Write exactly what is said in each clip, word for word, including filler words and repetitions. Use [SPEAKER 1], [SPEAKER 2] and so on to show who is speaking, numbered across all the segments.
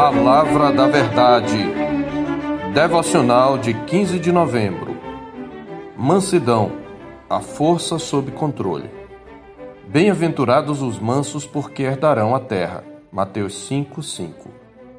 [SPEAKER 1] Palavra da Verdade. Devocional de quinze de novembro. Mansidão, a força sob controle. Bem-aventurados os mansos, porque herdarão a terra. Mateus cinco, cinco.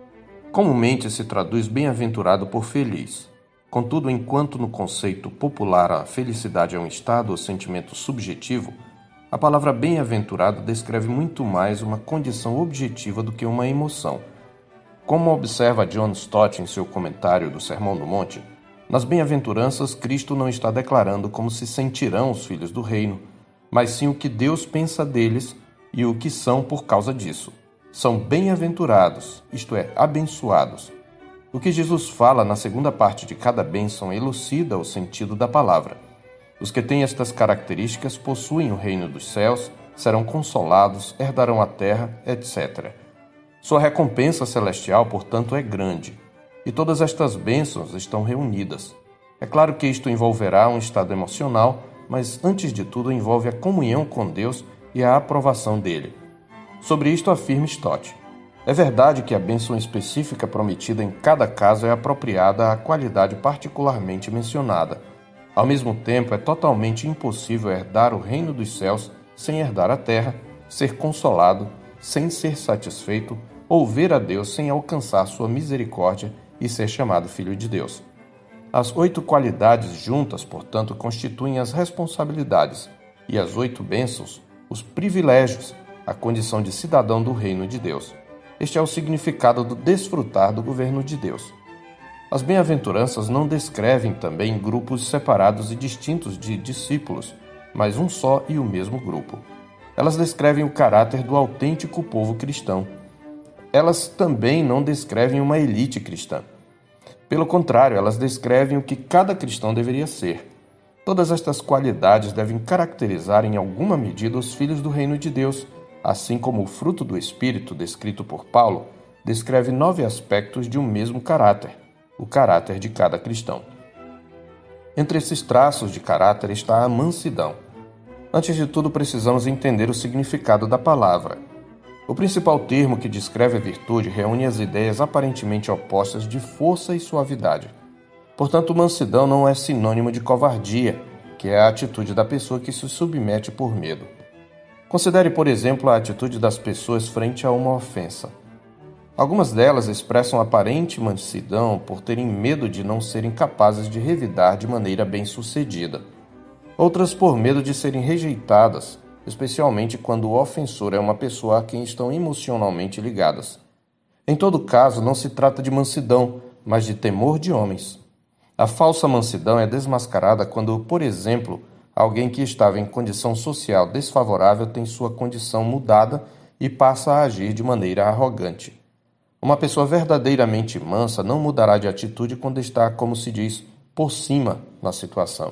[SPEAKER 1] Comumente se traduz bem-aventurado por feliz. Contudo, enquanto no conceito popular a felicidade é um estado ou sentimento subjetivo, a palavra bem-aventurado descreve muito mais uma condição objetiva do que uma emoção. Como observa John Stott em seu comentário do Sermão do Monte, nas bem-aventuranças Cristo não está declarando como se sentirão os filhos do reino, mas sim o que Deus pensa deles e o que são por causa disso. São bem-aventurados, isto é, abençoados. O que Jesus fala na segunda parte de cada bênção elucida o sentido da palavra. Os que têm estas características possuem o reino dos céus, serão consolados, herdarão a terra, etcétera. Sua recompensa celestial, portanto, é grande, e todas estas bênçãos estão reunidas. É claro que isto envolverá um estado emocional, mas antes de tudo envolve a comunhão com Deus e a aprovação dele. Sobre isto afirma Stott: é verdade que a bênção específica prometida em cada caso é apropriada à qualidade particularmente mencionada. Ao mesmo tempo, é totalmente impossível herdar o reino dos céus sem herdar a terra, ser consolado, sem ser satisfeito, ou ver a Deus sem alcançar sua misericórdia e ser chamado filho de Deus. As oito qualidades juntas, portanto, constituem as responsabilidades, e as oito bênçãos, os privilégios, a condição de cidadão do reino de Deus. Este é o significado do desfrutar do governo de Deus. As bem-aventuranças não descrevem também grupos separados e distintos de discípulos, mas um só e o mesmo grupo. Elas descrevem o caráter do autêntico povo cristão. Elas também não descrevem uma elite cristã. Pelo contrário, elas descrevem o que cada cristão deveria ser. Todas estas qualidades devem caracterizar em alguma medida os filhos do reino de Deus, assim como o fruto do Espírito, descrito por Paulo, descreve nove aspectos de um mesmo caráter, o caráter de cada cristão. Entre esses traços de caráter está a mansidão. Antes de tudo, precisamos entender o significado da palavra. O principal termo que descreve a virtude reúne as ideias aparentemente opostas de força e suavidade. Portanto, mansidão não é sinônimo de covardia, que é a atitude da pessoa que se submete por medo. Considere, por exemplo, a atitude das pessoas frente a uma ofensa. Algumas delas expressam aparente mansidão por terem medo de não serem capazes de revidar de maneira bem-sucedida. Outras por medo de serem rejeitadas, especialmente quando o ofensor é uma pessoa a quem estão emocionalmente ligadas. Em todo caso, não se trata de mansidão, mas de temor de homens. A falsa mansidão é desmascarada quando, por exemplo, alguém que estava em condição social desfavorável tem sua condição mudada e passa a agir de maneira arrogante. Uma pessoa verdadeiramente mansa não mudará de atitude quando está, como se diz, por cima na situação.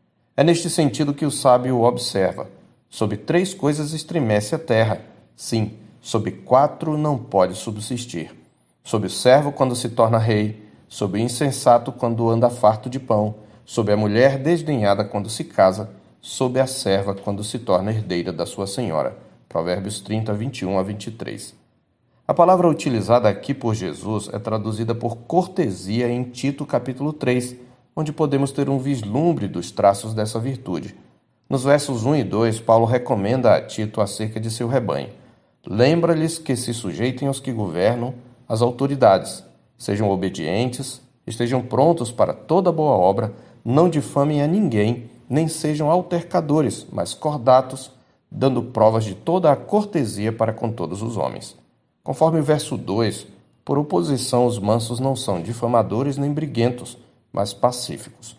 [SPEAKER 1] É neste sentido que o sábio observa: sob três coisas estremece a terra. Sim, sob quatro não pode subsistir. Sob o servo quando se torna rei, sob o insensato quando anda farto de pão, sob a mulher desdenhada quando se casa, sob a serva quando se torna herdeira da sua senhora. Provérbios trinta, vinte e um a vinte e três. A palavra utilizada aqui por Jesus é traduzida por cortesia em Tito capítulo três, onde podemos ter um vislumbre dos traços dessa virtude. Nos versos um e dois, Paulo recomenda a Tito acerca de seu rebanho. Lembra-lhes que se sujeitem aos que governam, às autoridades, sejam obedientes, estejam prontos para toda boa obra, não difamem a ninguém, nem sejam altercadores, mas cordatos, dando provas de toda a cortesia para com todos os homens. Conforme o verso dois, por oposição, os mansos não são difamadores nem briguentos, mas pacíficos.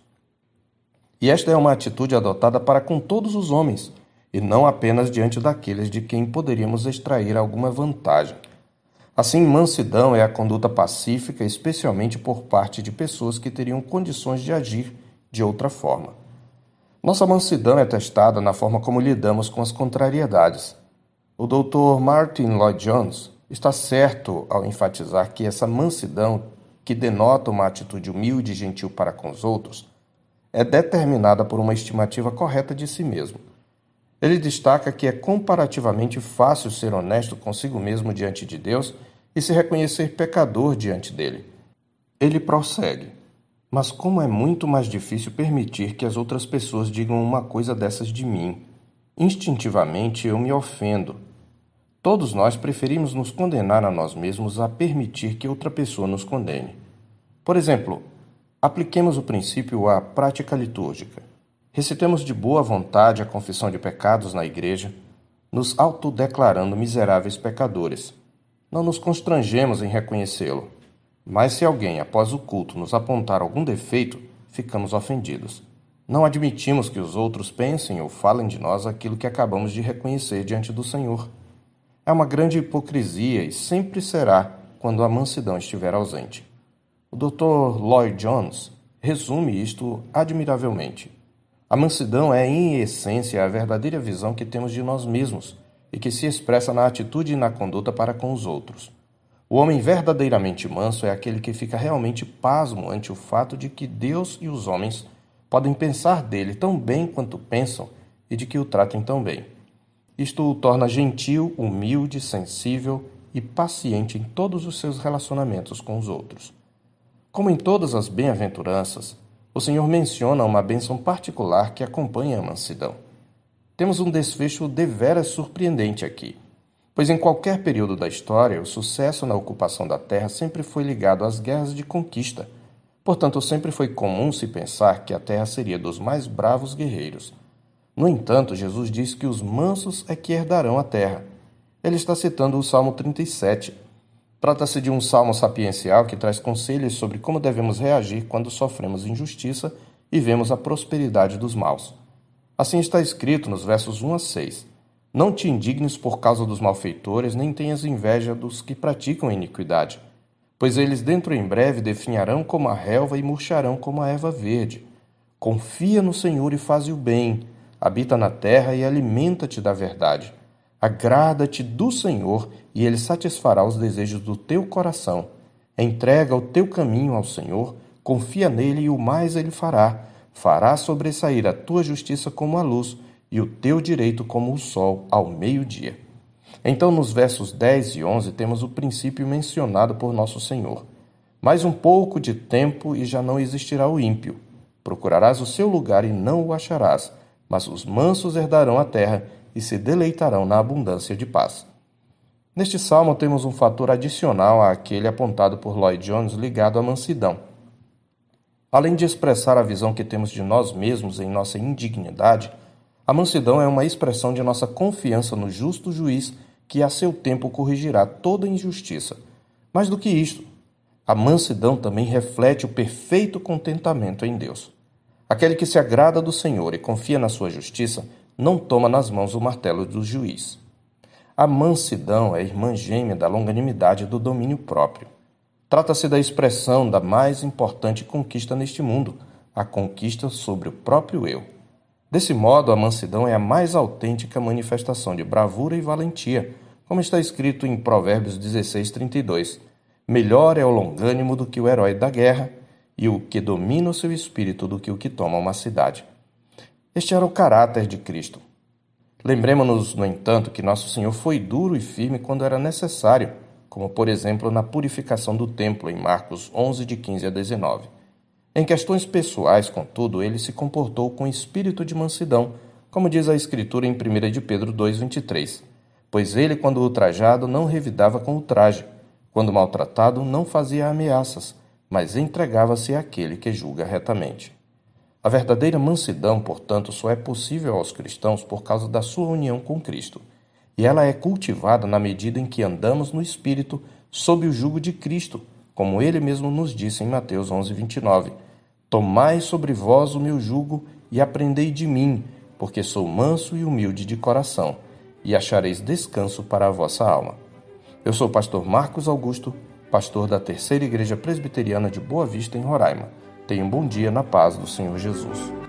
[SPEAKER 1] E esta é uma atitude adotada para com todos os homens, e não apenas diante daqueles de quem poderíamos extrair alguma vantagem. Assim, mansidão é a conduta pacífica, especialmente por parte de pessoas que teriam condições de agir de outra forma. Nossa mansidão é testada na forma como lidamos com as contrariedades. O doutor Martin Lloyd-Jones está certo ao enfatizar que essa mansidão, que denota uma atitude humilde e gentil para com os outros, é determinada por uma estimativa correta de si mesmo. Ele destaca que é comparativamente fácil ser honesto consigo mesmo diante de Deus e se reconhecer pecador diante dele. Ele prossegue: mas como é muito mais difícil permitir que as outras pessoas digam uma coisa dessas de mim. Instintivamente eu me ofendo. Todos nós preferimos nos condenar a nós mesmos a permitir que outra pessoa nos condene. Por exemplo, apliquemos o princípio à prática litúrgica. Recitemos de boa vontade a confissão de pecados na igreja, nos autodeclarando miseráveis pecadores. Não nos constrangemos em reconhecê-lo. Mas se alguém, após o culto, nos apontar algum defeito, ficamos ofendidos. Não admitimos que os outros pensem ou falem de nós aquilo que acabamos de reconhecer diante do Senhor. É uma grande hipocrisia e sempre será quando a mansidão estiver ausente. O doutor Lloyd Jones resume isto admiravelmente. A mansidão é, em essência, a verdadeira visão que temos de nós mesmos e que se expressa na atitude e na conduta para com os outros. O homem verdadeiramente manso é aquele que fica realmente pasmo ante o fato de que Deus e os homens podem pensar dele tão bem quanto pensam e de que o tratem tão bem. Isto o torna gentil, humilde, sensível e paciente em todos os seus relacionamentos com os outros. Como em todas as bem-aventuranças, o Senhor menciona uma bênção particular que acompanha a mansidão. Temos um desfecho deveras surpreendente aqui, pois em qualquer período da história, o sucesso na ocupação da terra sempre foi ligado às guerras de conquista. Portanto, sempre foi comum se pensar que a terra seria dos mais bravos guerreiros. No entanto, Jesus diz que os mansos é que herdarão a terra. Ele está citando o Salmo trinta e sete. Trata-se de um salmo sapiencial que traz conselhos sobre como devemos reagir quando sofremos injustiça e vemos a prosperidade dos maus. Assim está escrito nos versos um a seis. Não te indignes por causa dos malfeitores, nem tenhas inveja dos que praticam a iniquidade, pois eles dentro em breve definharão como a relva e murcharão como a erva verde. Confia no Senhor e faze o bem, habita na terra e alimenta-te da verdade. Agrada-te do Senhor e Ele satisfará os desejos do teu coração. Entrega o teu caminho ao Senhor, confia nele e o mais Ele fará. Fará sobressair a tua justiça como a luz, e o teu direito como o sol ao meio-dia. Então, nos versos dez e onze, temos o princípio mencionado por nosso Senhor. Mais um pouco de tempo e já não existirá o ímpio. Procurarás o seu lugar e não o acharás, mas os mansos herdarão a terra e se deleitarão na abundância de paz. Neste salmo temos um fator adicional àquele apontado por Lloyd Jones ligado à mansidão. Além de expressar a visão que temos de nós mesmos em nossa indignidade, a mansidão é uma expressão de nossa confiança no justo juiz que a seu tempo corrigirá toda injustiça. Mais do que isto, a mansidão também reflete o perfeito contentamento em Deus. Aquele que se agrada do Senhor e confia na sua justiça não toma nas mãos o martelo do juiz. A mansidão é irmã gêmea da longanimidade e do domínio próprio. Trata-se da expressão da mais importante conquista neste mundo, a conquista sobre o próprio eu. Desse modo, a mansidão é a mais autêntica manifestação de bravura e valentia, como está escrito em Provérbios dezesseis, trinta e dois. Melhor é o longânimo do que o herói da guerra, e o que domina o seu espírito do que o que toma uma cidade. Este era o caráter de Cristo. Lembremos-nos, no entanto, que nosso Senhor foi duro e firme quando era necessário, como, por exemplo, na purificação do templo, em Marcos onze, de quinze a dezenove. Em questões pessoais, contudo, ele se comportou com espírito de mansidão, como diz a Escritura em primeira de Pedro dois, vinte e três. Pois ele, quando ultrajado, não revidava com ultraje, quando maltratado, não fazia ameaças, mas entregava-se àquele que julga retamente. A verdadeira mansidão, portanto, só é possível aos cristãos por causa da sua união com Cristo, e ela é cultivada na medida em que andamos no Espírito sob o jugo de Cristo, como ele mesmo nos disse em Mateus onze, vinte e nove. Tomai sobre vós o meu jugo e aprendei de mim, porque sou manso e humilde de coração, e achareis descanso para a vossa alma. Eu sou o pastor Marcos Augusto, pastor da Terceira Igreja Presbiteriana de Boa Vista, em Roraima. Tenha um bom dia na paz do Senhor Jesus.